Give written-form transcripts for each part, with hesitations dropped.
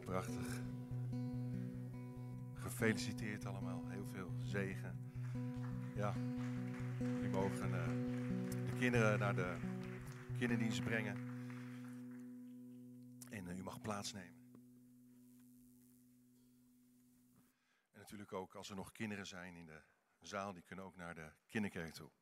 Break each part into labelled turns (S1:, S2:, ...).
S1: prachtig. Gefeliciteerd allemaal. Heel veel zegen. Ja, jullie mogen de kinderen naar de kinderdienst brengen. En u mag plaatsnemen. En natuurlijk ook als er nog kinderen zijn in de zaal, die kunnen ook naar de kinderkerk toe.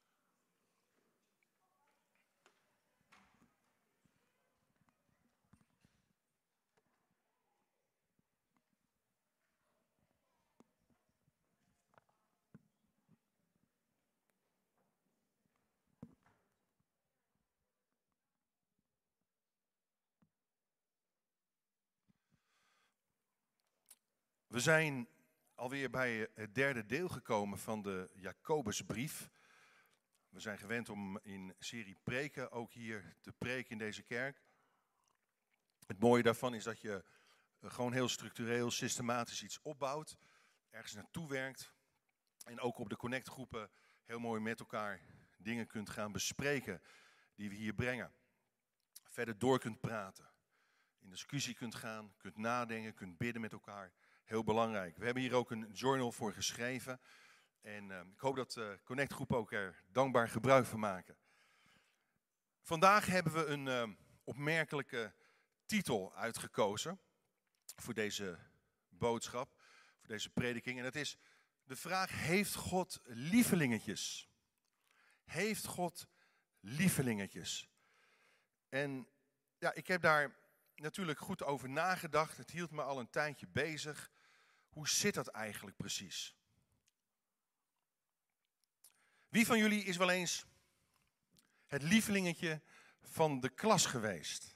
S1: We zijn alweer bij het derde deel gekomen van de Jacobusbrief. We zijn gewend om in serie preken ook hier te preken in deze kerk. Het mooie daarvan is dat je gewoon heel structureel, systematisch iets opbouwt, ergens naartoe werkt en ook op de connectgroepen heel mooi met elkaar dingen kunt gaan bespreken die we hier brengen. Verder door kunt praten, in discussie kunt gaan, kunt nadenken, kunt bidden met elkaar. Heel belangrijk. We hebben hier ook een journal voor geschreven. En ik hoop dat de connectgroep ook er dankbaar gebruik van maken. Vandaag hebben we een opmerkelijke titel uitgekozen voor deze boodschap, voor deze prediking. En dat is de vraag: heeft God lievelingetjes? Heeft God lievelingetjes? En ja, ik heb daar natuurlijk goed over nagedacht. Het hield me al een tijdje bezig. Hoe zit dat eigenlijk precies? Wie van jullie is wel eens het lievelingetje van de klas geweest?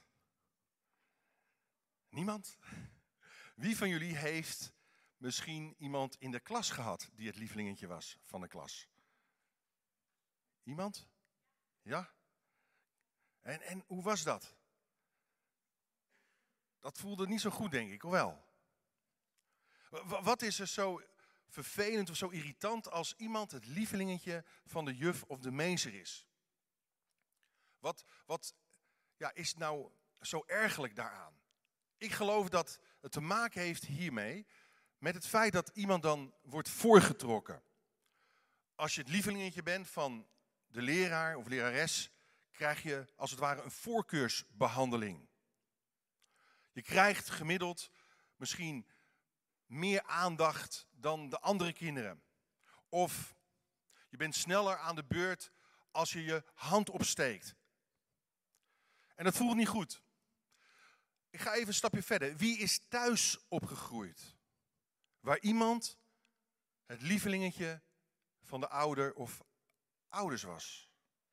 S1: Niemand? Wie van jullie heeft misschien iemand in de klas gehad die het lievelingetje was van de klas? Iemand? Ja? En hoe was dat? Dat voelde niet zo goed, denk ik, of wel? Wat is er zo vervelend of zo irritant als iemand het lievelingetje van de juf of de meester is? Wat is nou zo ergerlijk daaraan? Ik geloof dat het te maken heeft hiermee met het feit dat iemand dan wordt voorgetrokken. Als je het lievelingetje bent van de leraar of lerares, krijg je als het ware een voorkeursbehandeling. Je krijgt gemiddeld misschien meer aandacht dan de andere kinderen. Of je bent sneller aan de beurt als je je hand opsteekt. En dat voelt niet goed. Ik ga even een stapje verder. Wie is thuis opgegroeid? Waar iemand het lievelingetje van de ouder of ouders was.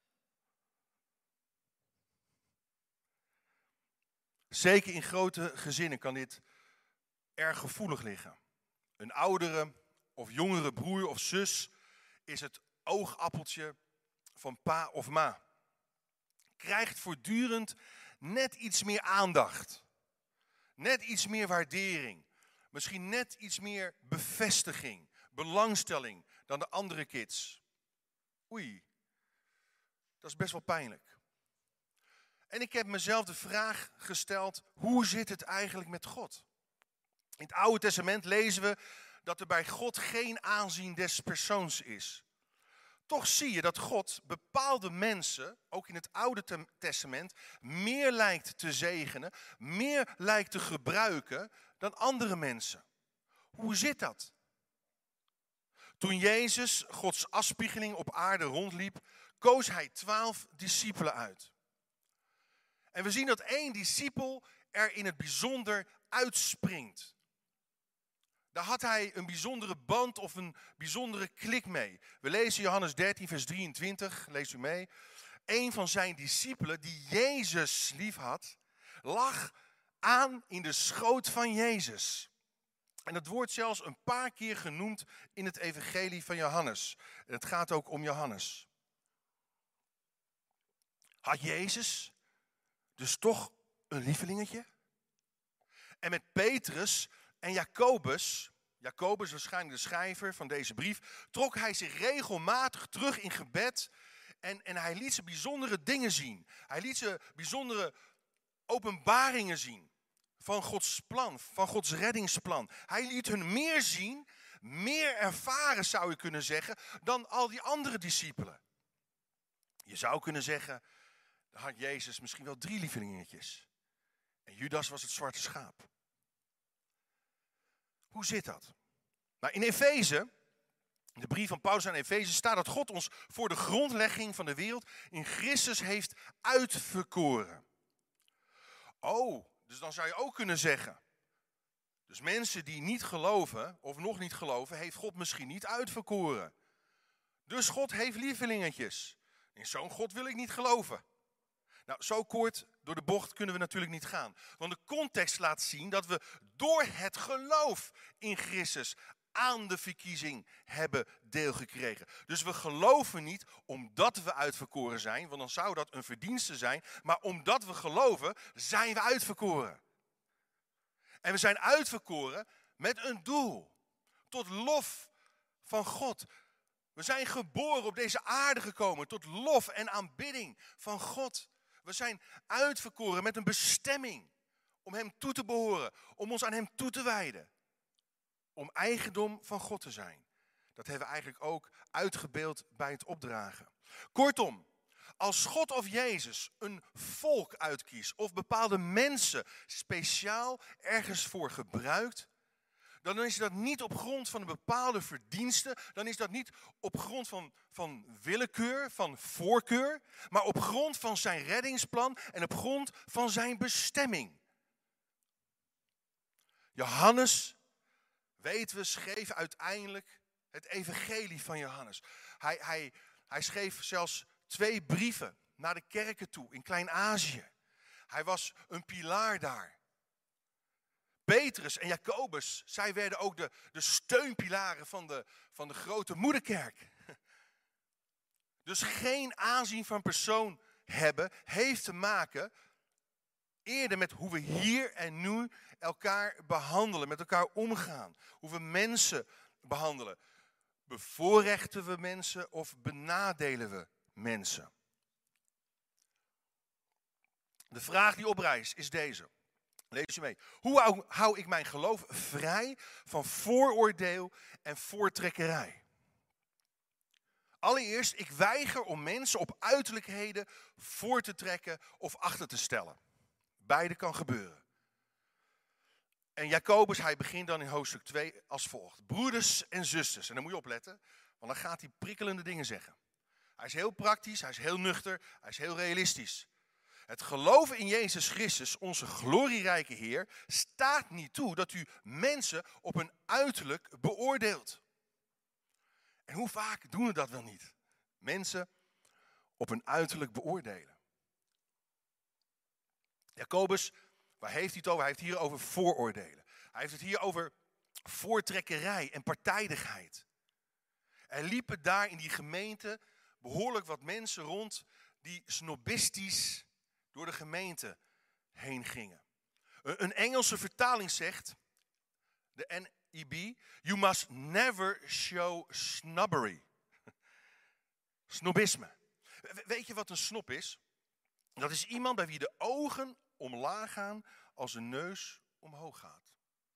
S1: Zeker in grote gezinnen kan dit erg gevoelig liggen. Een oudere of jongere broer of zus is het oogappeltje van pa of ma. Krijgt voortdurend net iets meer aandacht. Net iets meer waardering. Misschien net iets meer bevestiging, belangstelling dan de andere kids. Oei, dat is best wel pijnlijk. En ik heb mezelf de vraag gesteld: hoe zit het eigenlijk met God? In het Oude Testament lezen we dat er bij God geen aanzien des persoons is. Toch zie je dat God bepaalde mensen, ook in het Oude Testament, meer lijkt te zegenen, meer lijkt te gebruiken dan andere mensen. Hoe zit dat? Toen Jezus Gods afspiegeling op aarde rondliep, koos hij 12 discipelen uit. En we zien dat 1 discipel er in het bijzonder uitspringt. Daar had hij een bijzondere band of een bijzondere klik mee. We lezen Johannes 13 vers 23, lees u mee. Een van zijn discipelen die Jezus lief had, lag aan in de schoot van Jezus. En het wordt zelfs een paar keer genoemd in het evangelie van Johannes. En het gaat ook om Johannes. Had Jezus dus toch een lievelingetje? En met Petrus en Jacobus waarschijnlijk de schrijver van deze brief, trok hij zich regelmatig terug in gebed en hij liet ze bijzondere dingen zien. Hij liet ze bijzondere openbaringen zien van Gods plan, van Gods reddingsplan. Hij liet hun meer zien, meer ervaren zou je kunnen zeggen, dan al die andere discipelen. Je zou kunnen zeggen, dan had Jezus misschien wel 3 lievelingetjes. En Judas was het zwarte schaap. Hoe zit dat? Nou, in Efeze, de brief van Paulus aan Efeze, staat dat God ons voor de grondlegging van de wereld in Christus heeft uitverkoren. Oh, dus dan zou je ook kunnen zeggen, dus mensen die niet geloven of nog niet geloven, heeft God misschien niet uitverkoren. Dus God heeft lievelingetjes. In zo'n God wil ik niet geloven. Nou, zo kort door de bocht kunnen we natuurlijk niet gaan. Want de context laat zien dat we door het geloof in Christus aan de verkiezing hebben deelgekregen. Dus we geloven niet omdat we uitverkoren zijn, want dan zou dat een verdienste zijn. Maar omdat we geloven, zijn we uitverkoren. En we zijn uitverkoren met een doel. Tot lof van God. We zijn geboren op deze aarde gekomen tot lof en aanbidding van God. We zijn uitverkoren met een bestemming om hem toe te behoren, om ons aan hem toe te wijden. Om eigendom van God te zijn. Dat hebben we eigenlijk ook uitgebeeld bij het opdragen. Kortom, als God of Jezus een volk uitkiest of bepaalde mensen speciaal ergens voor gebruikt, dan is dat niet op grond van een bepaalde verdienste, dan is dat niet op grond van willekeur, van voorkeur, maar op grond van zijn reddingsplan en op grond van zijn bestemming. Johannes, weten we, schreef uiteindelijk het evangelie van Johannes. Hij schreef zelfs 2 brieven naar de kerken toe in Klein-Azië. Hij was een pilaar daar. Petrus en Jacobus, zij werden ook de steunpilaren van de grote moederkerk. Dus geen aanzien van persoon hebben heeft te maken eerder met hoe we hier en nu elkaar behandelen, met elkaar omgaan. Hoe we mensen behandelen. Bevoorrechten we mensen of benadelen we mensen? De vraag die oprijst is deze. Lees je mee. Hoe hou ik mijn geloof vrij van vooroordeel en voortrekkerij? Allereerst, ik weiger om mensen op uiterlijkheden voor te trekken of achter te stellen. Beide kan gebeuren. En Jacobus, hij begint dan in hoofdstuk 2 als volgt. Broeders en zusters. En dan moet je opletten, want dan gaat hij prikkelende dingen zeggen. Hij is heel praktisch, hij is heel nuchter, hij is heel realistisch. Het geloven in Jezus Christus, onze glorierijke Heer, staat niet toe dat u mensen op hun uiterlijk beoordeelt. En hoe vaak doen we dat wel niet? Mensen op hun uiterlijk beoordelen. Jacobus, waar heeft hij het over? Hij heeft het hier over vooroordelen. Hij heeft het hier over voortrekkerij en partijdigheid. Er liepen daar in die gemeente behoorlijk wat mensen rond die snobistisch door de gemeente heen gingen. Een Engelse vertaling zegt, de NIV, you must never show snobbery. Snobisme. Weet je wat een snob is? Dat is iemand bij wie de ogen omlaag gaan als de neus omhoog gaat.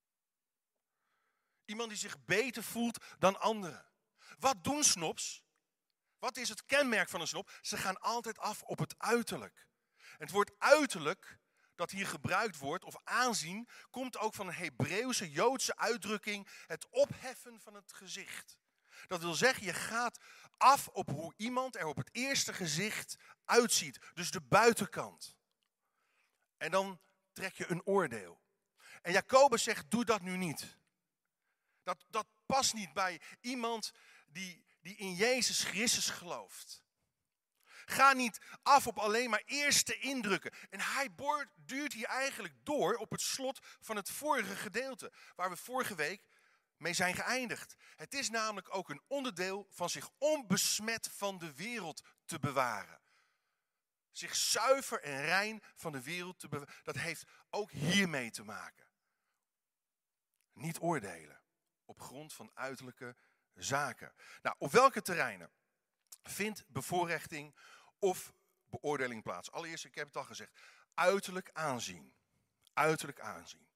S1: Iemand die zich beter voelt dan anderen. Wat doen snobs? Wat is het kenmerk van een snob? Ze gaan altijd af op het uiterlijk. Het woord uiterlijk dat hier gebruikt wordt, of aanzien, komt ook van een Hebreeuwse, Joodse uitdrukking, het opheffen van het gezicht. Dat wil zeggen, je gaat af op hoe iemand er op het eerste gezicht uitziet. Dus de buitenkant. En dan trek je een oordeel. En Jacobus zegt, doe dat nu niet. Dat past niet bij iemand die in Jezus Christus gelooft. Ga niet af op alleen maar eerste indrukken. En hij duurt hier eigenlijk door op het slot van het vorige gedeelte. Waar we vorige week mee zijn geëindigd. Het is namelijk ook een onderdeel van zich onbesmet van de wereld te bewaren. Zich zuiver en rein van de wereld te bewaren. Dat heeft ook hiermee te maken. Niet oordelen op grond van uiterlijke zaken. Nou, op welke terreinen vindt bevoorrechting of beoordeling plaats? Allereerst, ik heb het al gezegd, uiterlijk aanzien. uiterlijk aanzien.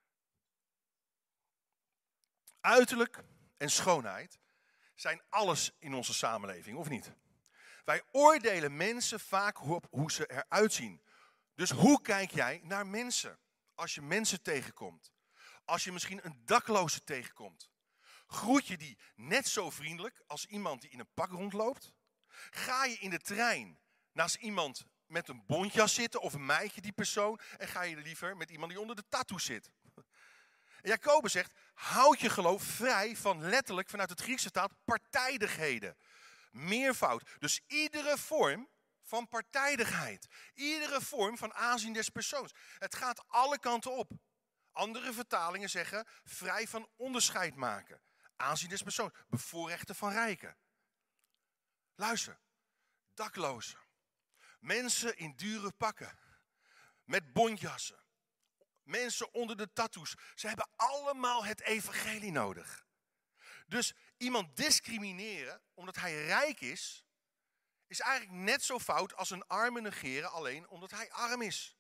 S1: Uiterlijk en schoonheid zijn alles in onze samenleving, of niet? Wij oordelen mensen vaak op hoe ze eruit zien. Dus hoe kijk jij naar mensen als je mensen tegenkomt? Als je misschien een dakloze tegenkomt, groet je die net zo vriendelijk als iemand die in een pak rondloopt? Ga je in de trein naast iemand met een bontjas zitten of een meidje die persoon en ga je liever met iemand die onder de tattoo zit? En Jacobus zegt, houd je geloof vrij van letterlijk vanuit het Griekse taal partijdigheden. Meervoud. Dus iedere vorm van partijdigheid. Iedere vorm van aanzien des persoons. Het gaat alle kanten op. Andere vertalingen zeggen vrij van onderscheid maken. Aanzien des persoons. Bevoorrechten van rijken. Luister. Daklozen. Mensen in dure pakken. Met bontjassen. Mensen onder de tattoos. Ze hebben allemaal het evangelie nodig. Dus iemand discrimineren omdat hij rijk is eigenlijk net zo fout als een arme negeren alleen omdat hij arm is.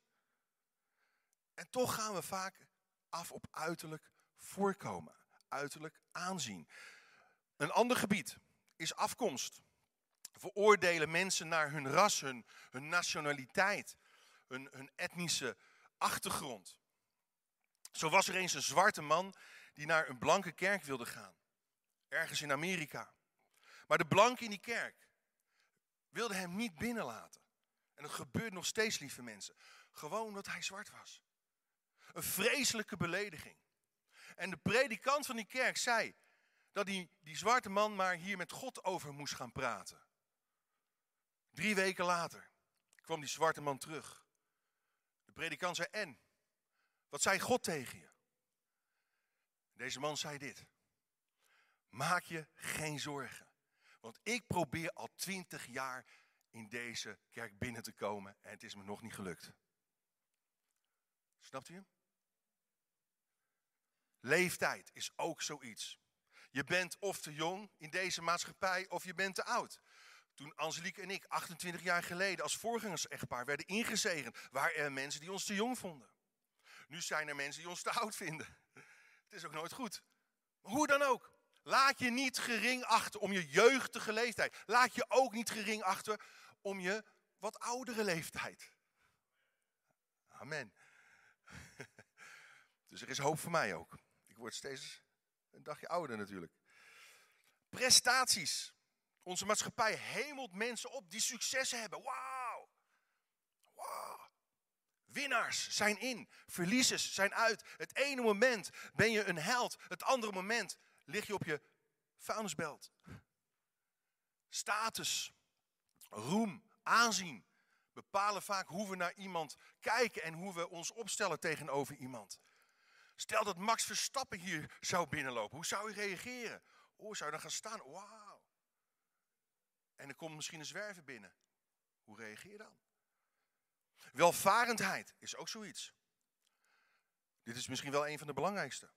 S1: En toch gaan we vaak af op uiterlijk voorkomen. Uiterlijk aanzien. Een ander gebied is afkomst. Veroordelen mensen naar hun ras, hun nationaliteit, hun etnische achtergrond. Zo was er eens een zwarte man die naar een blanke kerk wilde gaan. Ergens in Amerika. Maar de blanken in die kerk wilden hem niet binnenlaten. En dat gebeurt nog steeds, lieve mensen. Gewoon omdat hij zwart was. Een vreselijke belediging. En de predikant van die kerk zei dat die zwarte man maar hier met God over moest gaan praten. 3 weken later kwam die zwarte man terug. De predikant zei, en? Wat zei God tegen je? Deze man zei dit. Maak je geen zorgen. Want ik probeer al 20 jaar in deze kerk binnen te komen en het is me nog niet gelukt. Snapt u hem? Leeftijd is ook zoiets. Je bent of te jong in deze maatschappij of je bent te oud. Toen Angelique en ik 28 jaar geleden als voorgangers-echtpaar werden ingezegend, waren er mensen die ons te jong vonden. Nu zijn er mensen die ons te oud vinden. Het is ook nooit goed. Maar hoe dan ook. Laat je niet gering achter om je jeugdige leeftijd. Laat je ook niet gering achter om je wat oudere leeftijd. Amen. Dus er is hoop voor mij ook. Ik word steeds een dagje ouder natuurlijk. Prestaties. Onze maatschappij hemelt mensen op die successen hebben. Wauw. Wow. Winnaars zijn in. Verliezers zijn uit. Het ene moment ben je een held. Het andere moment lig je op je vuilnisbelt. Status, roem, aanzien bepalen vaak hoe we naar iemand kijken en hoe we ons opstellen tegenover iemand. Stel dat Max Verstappen hier zou binnenlopen. Hoe zou hij reageren? Oh, zou hij dan gaan staan? Wauw. En er komt misschien een zwerver binnen. Hoe reageer je dan? Welvarendheid is ook zoiets. Dit is misschien wel een van de belangrijkste.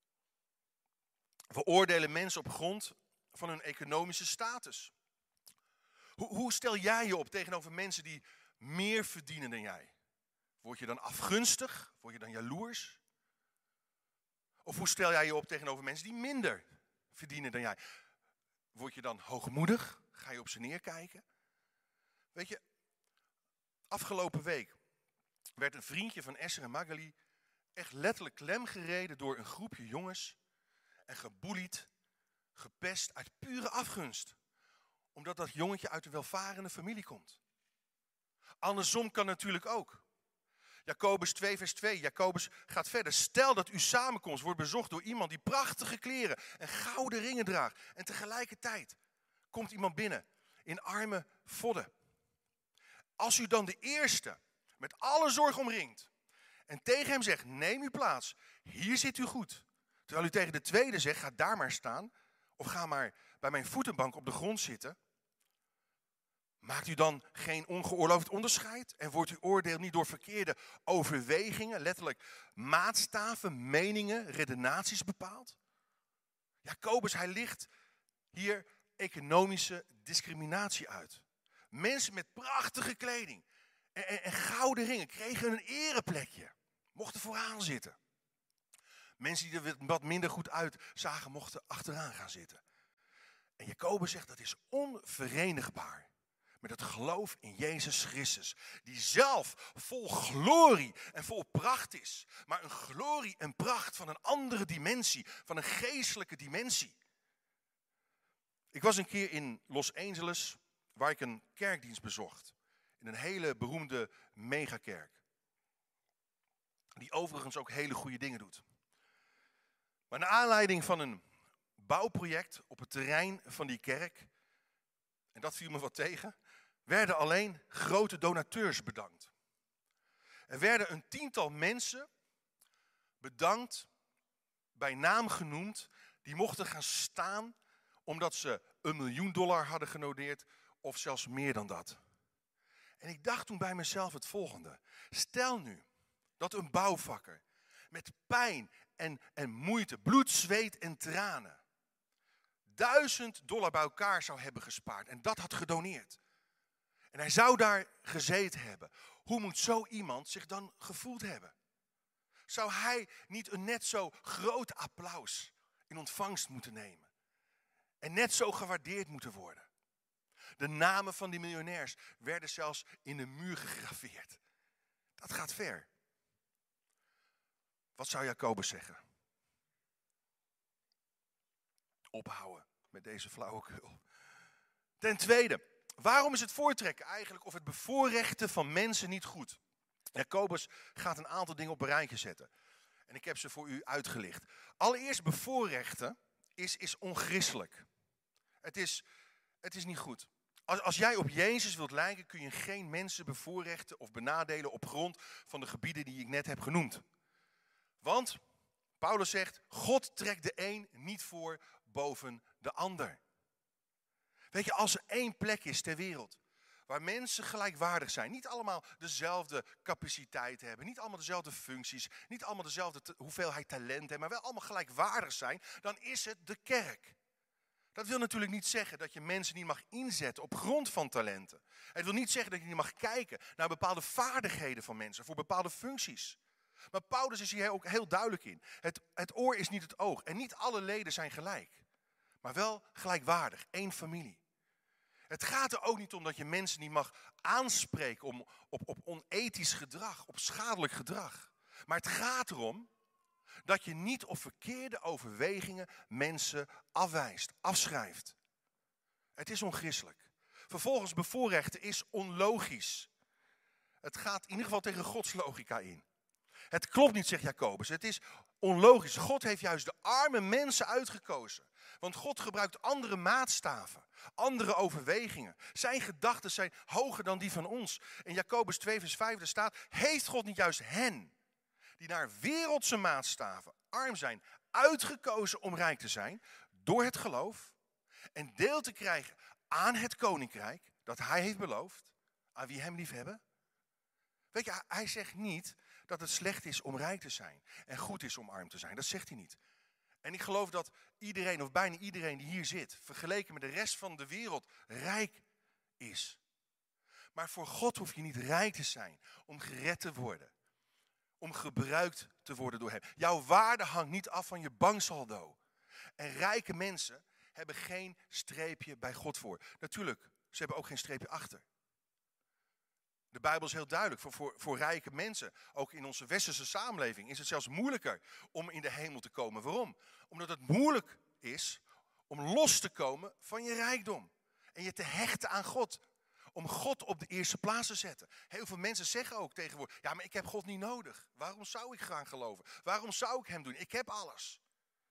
S1: We oordelen mensen op grond van hun economische status. Hoe stel jij je op tegenover mensen die meer verdienen dan jij? Word je dan afgunstig? Word je dan jaloers? Of hoe stel jij je op tegenover mensen die minder verdienen dan jij? Word je dan hoogmoedig? Ga je op ze neerkijken? Weet je, afgelopen week werd een vriendje van Esther en Magali echt letterlijk klemgereden door een groepje jongens en geboelied, gepest uit pure afgunst. Omdat dat jongetje uit een welvarende familie komt. Andersom kan natuurlijk ook. Jacobus 2 vers 2, Jacobus gaat verder. Stel dat uw samenkomst wordt bezocht door iemand die prachtige kleren en gouden ringen draagt. En tegelijkertijd komt iemand binnen in arme vodden. Als u dan de eerste met alle zorg omringt en tegen hem zegt, neem uw plaats, hier zit u goed. Terwijl u tegen de tweede zegt, ga daar maar staan of ga maar bij mijn voetenbank op de grond zitten. Maakt u dan geen ongeoorloofd onderscheid? En wordt uw oordeel niet door verkeerde overwegingen, letterlijk maatstaven, meningen, redenaties bepaald? Jacobus, hij licht hier economische discriminatie uit. Mensen met prachtige kleding en gouden ringen kregen een ereplekje. mochten vooraan zitten. Mensen die er wat minder goed uitzagen, mochten achteraan gaan zitten. En Jacobus zegt dat is onverenigbaar met het geloof in Jezus Christus. Die zelf vol glorie en vol pracht is. Maar een glorie en pracht van een andere dimensie. Van een geestelijke dimensie. Ik was een keer in Los Angeles waar ik een kerkdienst bezocht. In een hele beroemde megakerk. Die overigens ook hele goede dingen doet. Maar naar aanleiding van een bouwproject op het terrein van die kerk, en dat viel me wat tegen, werden alleen grote donateurs bedankt. Er werden een 10-tal mensen bedankt, bij naam genoemd, die mochten gaan staan omdat ze $1 miljoen hadden genoteerd of zelfs meer dan dat. En ik dacht toen bij mezelf het volgende. Stel nu dat een bouwvakker met pijn en moeite, bloed, zweet en tranen $1000 bij elkaar zou hebben gespaard en dat had gedoneerd. En hij zou daar gezeten hebben. Hoe moet zo iemand zich dan gevoeld hebben? Zou hij niet een net zo groot applaus in ontvangst moeten nemen? En net zo gewaardeerd moeten worden? De namen van die miljonairs werden zelfs in de muur gegraveerd. Dat gaat ver. Wat zou Jacobus zeggen? Ophouden met deze flauwekul. Ten tweede, waarom is het voortrekken eigenlijk of het bevoorrechten van mensen niet goed? Jacobus gaat een aantal dingen op een rijtje zetten. En ik heb ze voor u uitgelicht. Allereerst, bevoorrechten is onchristelijk. Het is niet goed. Als jij op Jezus wilt lijken, kun je geen mensen bevoorrechten of benadelen op grond van de gebieden die ik net heb genoemd. Want, Paulus zegt, God trekt de een niet voor boven de ander. Weet je, als er één plek is ter wereld waar mensen gelijkwaardig zijn, niet allemaal dezelfde capaciteit hebben, niet allemaal dezelfde functies, niet allemaal dezelfde hoeveelheid talent hebben, maar wel allemaal gelijkwaardig zijn, dan is het de kerk. Dat wil natuurlijk niet zeggen dat je mensen niet mag inzetten op grond van talenten. Het wil niet zeggen dat je niet mag kijken naar bepaalde vaardigheden van mensen, voor bepaalde functies. Maar Paulus is hier ook heel duidelijk in. Het oor is niet het oog en niet alle leden zijn gelijk. Maar wel gelijkwaardig, één familie. Het gaat er ook niet om dat je mensen niet mag aanspreken op onethisch gedrag, op schadelijk gedrag. Maar het gaat erom dat je niet op verkeerde overwegingen mensen afwijst, afschrijft. Het is onchristelijk. Vervolgens bevoorrechten is onlogisch. Het gaat in ieder geval tegen Gods logica in. Het klopt niet, zegt Jacobus. Het is onlogisch. God heeft juist de arme mensen uitgekozen. Want God gebruikt andere maatstaven, andere overwegingen. Zijn gedachten zijn hoger dan die van ons. In Jacobus 2 vers 5 staat, heeft God niet juist hen, die naar wereldse maatstaven arm zijn, uitgekozen om rijk te zijn, door het geloof, en deel te krijgen aan het koninkrijk, dat hij heeft beloofd, aan wie hem lief hebben? Weet je, hij zegt niet dat het slecht is om rijk te zijn en goed is om arm te zijn. Dat zegt hij niet. En ik geloof dat iedereen of bijna iedereen die hier zit, vergeleken met de rest van de wereld, rijk is. Maar voor God hoef je niet rijk te zijn om gered te worden. Om gebruikt te worden door hem. Jouw waarde hangt niet af van je banksaldo. En rijke mensen hebben geen streepje bij God voor. Natuurlijk, ze hebben ook geen streepje achter. De Bijbel is heel duidelijk. Voor rijke mensen, ook in onze westerse samenleving, is het zelfs moeilijker om in de hemel te komen. Waarom? Omdat het moeilijk is om los te komen van je rijkdom. En je te hechten aan God. Om God op de eerste plaats te zetten. Heel veel mensen zeggen ook tegenwoordig, ja, maar ik heb God niet nodig. Waarom zou ik gaan geloven? Waarom zou ik hem doen? Ik heb alles.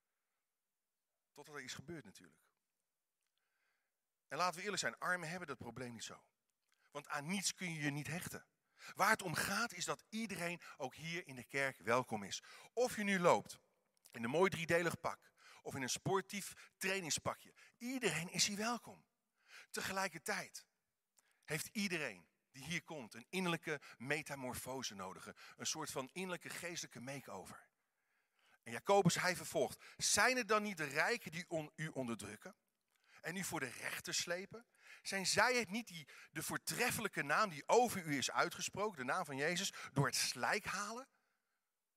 S1: Totdat er iets gebeurt natuurlijk. En laten we eerlijk zijn, armen hebben dat probleem niet zo. Want aan niets kun je je niet hechten. Waar het om gaat is dat iedereen ook hier in de kerk welkom is. Of je nu loopt in een mooi driedelig pak. Of in een sportief trainingspakje. Iedereen is hier welkom. Tegelijkertijd heeft iedereen die hier komt een innerlijke metamorfose nodig. Een soort van innerlijke geestelijke make-over. En Jacobus, hij vervolgt. Zijn het dan niet de rijken die u onderdrukken? En u voor de rechter slepen? Zijn zij het niet die de voortreffelijke naam die over u is uitgesproken, de naam van Jezus, door het slijk halen?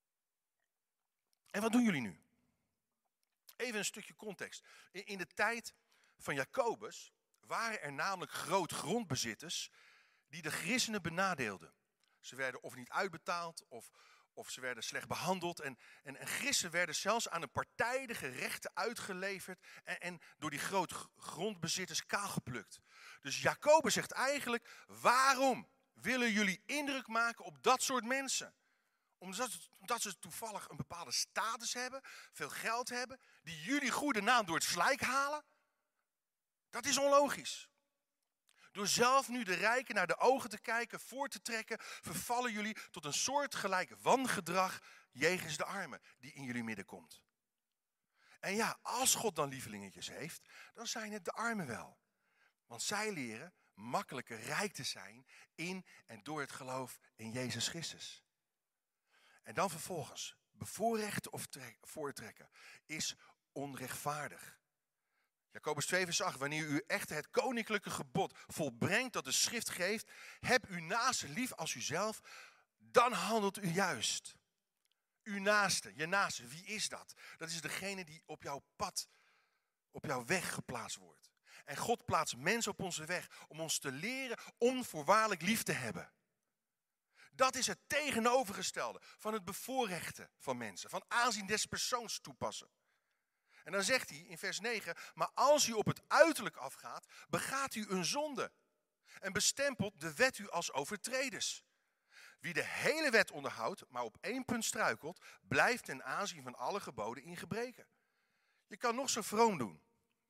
S1: En wat doen jullie nu? Even een stukje context. In de tijd van Jacobus waren er namelijk grootgrondbezitters die de christenen benadeelden. Ze werden of niet uitbetaald of ze werden slecht behandeld. En christenen werden zelfs aan een partijdige rechten uitgeleverd en door die grootgrondbezitters kaalgeplukt. Dus Jacobus zegt eigenlijk, waarom willen jullie indruk maken op dat soort mensen? Omdat ze toevallig een bepaalde status hebben, veel geld hebben, die jullie goede naam door het slijk halen? Dat is onlogisch. Door zelf nu de rijken naar de ogen te kijken, voor te trekken, vervallen jullie tot een soortgelijk wangedrag jegens de armen die in jullie midden komt. En ja, als God dan lievelingetjes heeft, dan zijn het de armen wel. Want zij leren makkelijker rijk te zijn in en door het geloof in Jezus Christus. En dan vervolgens, bevoorrechten of voortrekken is onrechtvaardig. Jacobus 2 vers 8, wanneer u echt het koninklijke gebod volbrengt dat de schrift geeft, heb uw naaste lief als uzelf, dan handelt u juist. Uw naaste, je naaste, wie is dat? Dat is degene die op jouw pad, op jouw weg geplaatst wordt. En God plaatst mensen op onze weg om ons te leren onvoorwaardelijk lief te hebben. Dat is het tegenovergestelde van het bevoorrechten van mensen, van aanzien des persoons toepassen. En dan zegt hij in vers 9, maar als u op het uiterlijk afgaat, begaat u een zonde en bestempelt de wet u als overtreders. Wie de hele wet onderhoudt, maar op één punt struikelt, blijft ten aanzien van alle geboden in gebreken. Je kan nog zo vroom doen.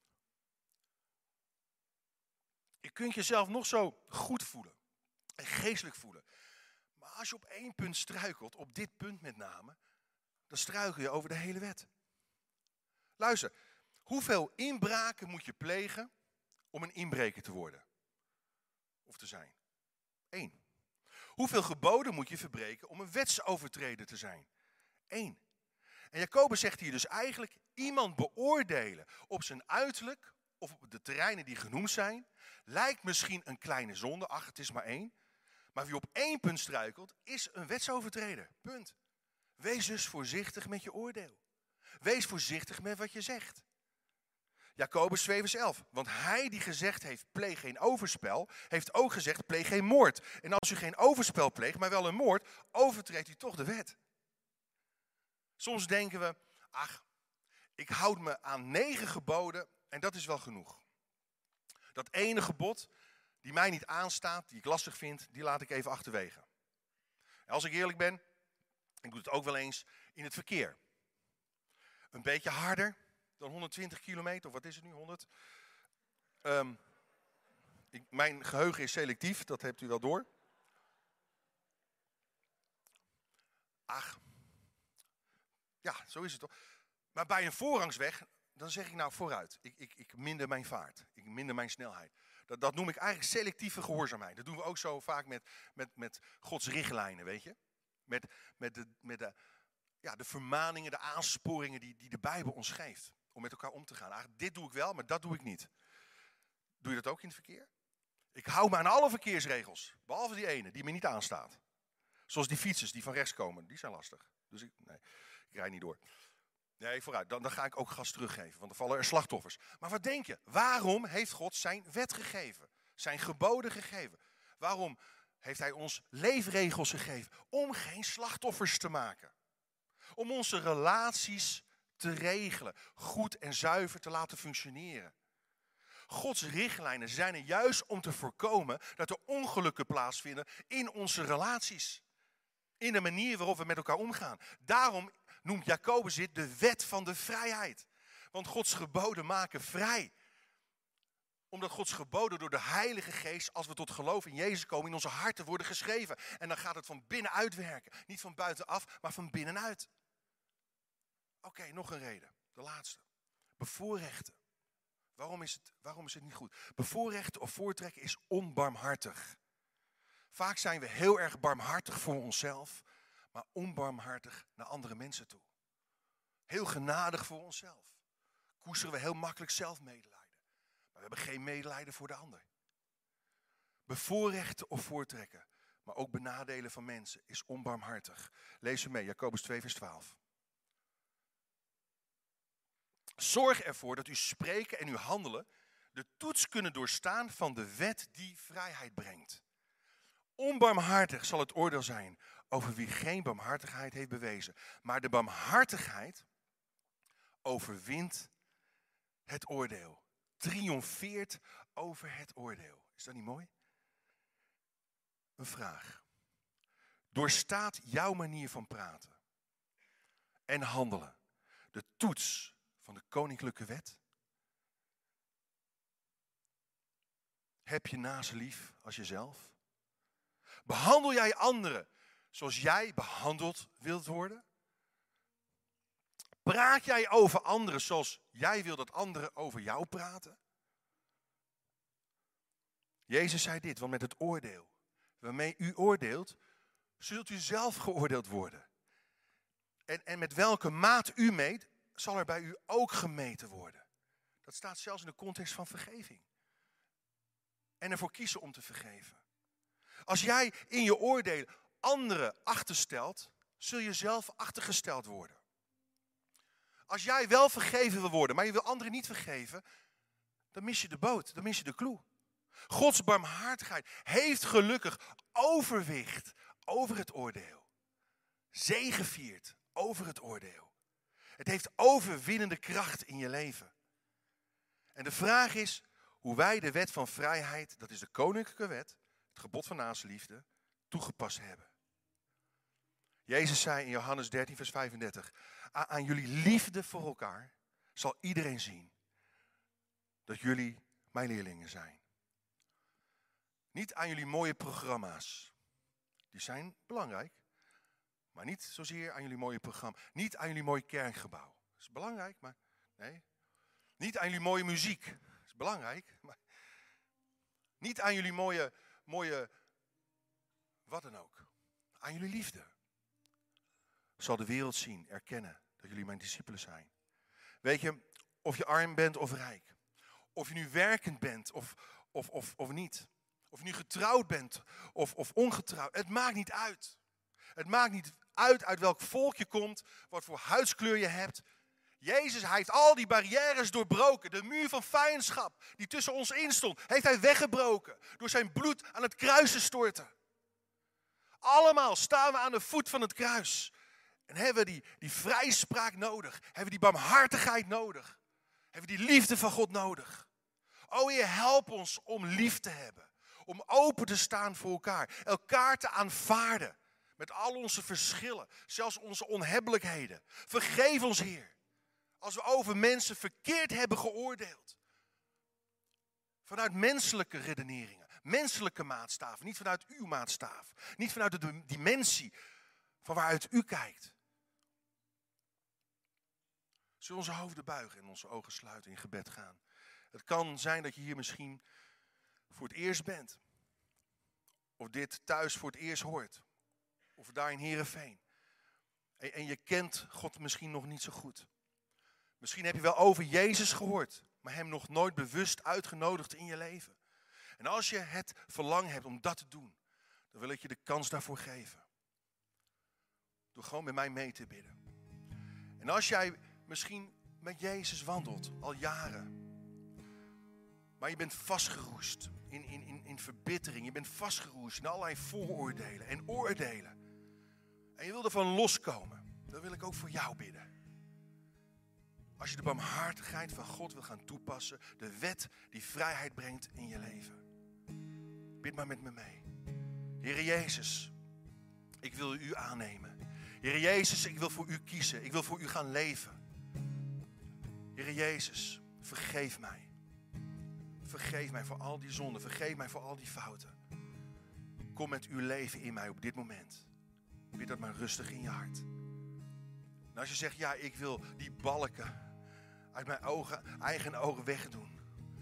S1: Je kunt jezelf nog zo goed voelen en geestelijk voelen. Maar als je op één punt struikelt, op dit punt met name, dan struikel je over de hele wet. Luister, hoeveel inbraken moet je plegen om een inbreker te worden? Of te zijn? 1. Hoeveel geboden moet je verbreken om een wetsovertreder te zijn? 1. En Jacobus zegt hier dus eigenlijk, iemand beoordelen op zijn uiterlijk of op de terreinen die genoemd zijn, lijkt misschien een kleine zonde, ach het is maar 1. Maar wie op 1 punt struikelt, is een wetsovertreder. Punt. Wees dus voorzichtig met je oordeel. Wees voorzichtig met wat je zegt. Jacobus 2 vers 11. Want hij die gezegd heeft, pleeg geen overspel, heeft ook gezegd, pleeg geen moord. En als u geen overspel pleegt, maar wel een moord, overtreedt u toch de wet. Soms denken we, ach, ik houd me aan 9 geboden en dat is wel genoeg. Dat ene gebod, die mij niet aanstaat, die ik lastig vind, die laat ik even achterwege. En als ik eerlijk ben, ik doe het ook wel eens in het verkeer. Een beetje harder dan 120 kilometer, of wat is het nu, 100? Mijn geheugen is selectief, dat hebt u wel door. Ach, ja, zo is het toch. Maar bij een voorrangsweg, dan zeg ik nou vooruit. Ik minder mijn vaart, ik minder mijn snelheid. Dat noem ik eigenlijk selectieve gehoorzaamheid. Dat doen we ook zo vaak met Gods richtlijnen, weet je. Met de vermaningen, de aansporingen die de Bijbel ons geeft. Om met elkaar om te gaan. Eigenlijk, dit doe ik wel, maar dat doe ik niet. Doe je dat ook in het verkeer? Ik hou me aan alle verkeersregels. Behalve die ene, die me niet aanstaat. Zoals die fietsers die van rechts komen. Die zijn lastig. Dus ik rijd niet door. Nee, vooruit. Dan ga ik ook gas teruggeven. Want er vallen er slachtoffers. Maar wat denk je? Waarom heeft God zijn wet gegeven? Zijn geboden gegeven? Waarom heeft hij ons leefregels gegeven? Om geen slachtoffers te maken. Om onze relaties te regelen. Goed en zuiver te laten functioneren. Gods richtlijnen zijn er juist om te voorkomen dat er ongelukken plaatsvinden in onze relaties. In de manier waarop we met elkaar omgaan. Daarom noemt Jacobus dit de wet van de vrijheid. Want Gods geboden maken vrij. Omdat Gods geboden door de Heilige Geest, als we tot geloof in Jezus komen, in onze harten worden geschreven. En dan gaat het van binnenuit werken. Niet van buitenaf, maar van binnenuit. Oké, nog een reden. De laatste. Bevoorrechten. Waarom is het niet goed? Bevoorrechten of voortrekken is onbarmhartig. Vaak zijn we heel erg barmhartig voor onszelf, maar onbarmhartig naar andere mensen toe. Heel genadig voor onszelf. Koesteren we heel makkelijk zelfmedelijden. Maar we hebben geen medelijden voor de ander. Bevoorrechten of voortrekken, maar ook benadelen van mensen is onbarmhartig. Lees we mee, Jacobus 2 vers 12. Zorg ervoor dat uw spreken en uw handelen de toets kunnen doorstaan van de wet die vrijheid brengt. Onbarmhartig zal het oordeel zijn over wie geen barmhartigheid heeft bewezen. Maar de barmhartigheid overwint het oordeel. Triomfeert over het oordeel. Is dat niet mooi? Een vraag. Doorstaat jouw manier van praten en handelen de toets van de koninklijke wet? Heb je naaste lief als jezelf? Behandel jij anderen zoals jij behandeld wilt worden? Praat jij over anderen zoals jij wil dat anderen over jou praten? Jezus zei dit, want met het oordeel waarmee u oordeelt, zult u zelf geoordeeld worden. En met welke maat u meet, zal er bij u ook gemeten worden. Dat staat zelfs in de context van vergeving. En ervoor kiezen om te vergeven. Als jij in je oordeel anderen achterstelt, zul je zelf achtergesteld worden. Als jij wel vergeven wil worden, maar je wil anderen niet vergeven, dan mis je de boot, dan mis je de clue. Gods barmhartigheid heeft gelukkig overwicht over het oordeel. Zegeviert over het oordeel. Het heeft overwinnende kracht in je leven. En de vraag is hoe wij de wet van vrijheid, dat is de koninklijke wet, het gebod van naastenliefde, toegepast hebben. Jezus zei in Johannes 13 vers 35, aan jullie liefde voor elkaar zal iedereen zien dat jullie mijn leerlingen zijn. Niet aan jullie mooie programma's. Die zijn belangrijk. Maar niet zozeer aan jullie mooie programma. Niet aan jullie mooie kerkgebouw. Dat is belangrijk, maar nee. Niet aan jullie mooie muziek. Dat is belangrijk, maar niet aan jullie mooie wat dan ook. Aan jullie liefde. Zal de wereld zien, erkennen dat jullie mijn discipelen zijn. Weet je, of je arm bent of rijk. Of je nu werkend bent of niet. Of je nu getrouwd bent of ongetrouwd. Het maakt niet uit. Het maakt niet uit welk volk je komt, wat voor huidskleur je hebt. Jezus, hij heeft al die barrières doorbroken. De muur van vijandschap die tussen ons instond, heeft hij weggebroken. Door zijn bloed aan het kruis te storten. Allemaal staan we aan de voet van het kruis. En hebben we die vrijspraak nodig. Hebben we die barmhartigheid nodig. Hebben we die liefde van God nodig. O Heer, help ons om lief te hebben. Om open te staan voor elkaar. Elkaar te aanvaarden. Met al onze verschillen. Zelfs onze onhebbelijkheden. Vergeef ons, Heer. Als we over mensen verkeerd hebben geoordeeld. Vanuit menselijke redeneringen. Menselijke maatstaven. Niet vanuit uw maatstaaf. Niet vanuit de dimensie van waaruit u kijkt. Zullen we onze hoofden buigen en onze ogen sluiten in gebed gaan. Het kan zijn dat je hier misschien voor het eerst bent. Of dit thuis voor het eerst hoort. Of daar in Heerenveen. En je kent God misschien nog niet zo goed. Misschien heb je wel over Jezus gehoord. Maar hem nog nooit bewust uitgenodigd in je leven. En als je het verlangen hebt om dat te doen. Dan wil ik je de kans daarvoor geven. Door gewoon met mij mee te bidden. En als jij misschien met Jezus wandelt, al jaren. Maar je bent vastgeroest in verbittering. Je bent vastgeroest in allerlei vooroordelen en oordelen. En je wil ervan loskomen. Dan wil ik ook voor jou bidden. Als je de barmhartigheid van God wil gaan toepassen. De wet die vrijheid brengt in je leven. Bid maar met me mee. Heere Jezus, ik wil u aannemen. Heere Jezus, ik wil voor u kiezen. Ik wil voor u gaan leven. Heere Jezus, vergeef mij. Vergeef mij voor al die zonden. Vergeef mij voor al die fouten. Kom met uw leven in mij op dit moment. Bid dat maar rustig in je hart. En als je zegt, ja, ik wil die balken uit mijn eigen ogen wegdoen.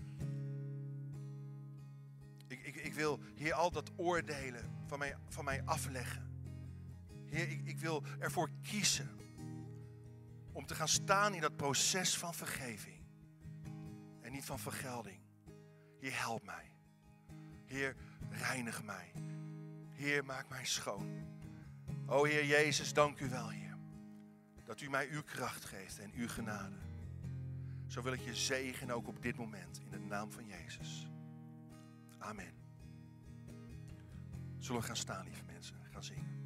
S1: Ik wil, Heer, al dat oordelen van mij afleggen. Heer, ik wil ervoor kiezen om te gaan staan in dat proces van vergeving. En niet van vergelding. Heer, help mij. Heer, reinig mij. Heer, maak mij schoon. O Heer Jezus, dank u wel, Heer. Dat u mij uw kracht geeft en uw genade. Zo wil ik je zegenen ook op dit moment. In de naam van Jezus. Amen. Zullen we gaan staan, lieve mensen? Gaan zingen.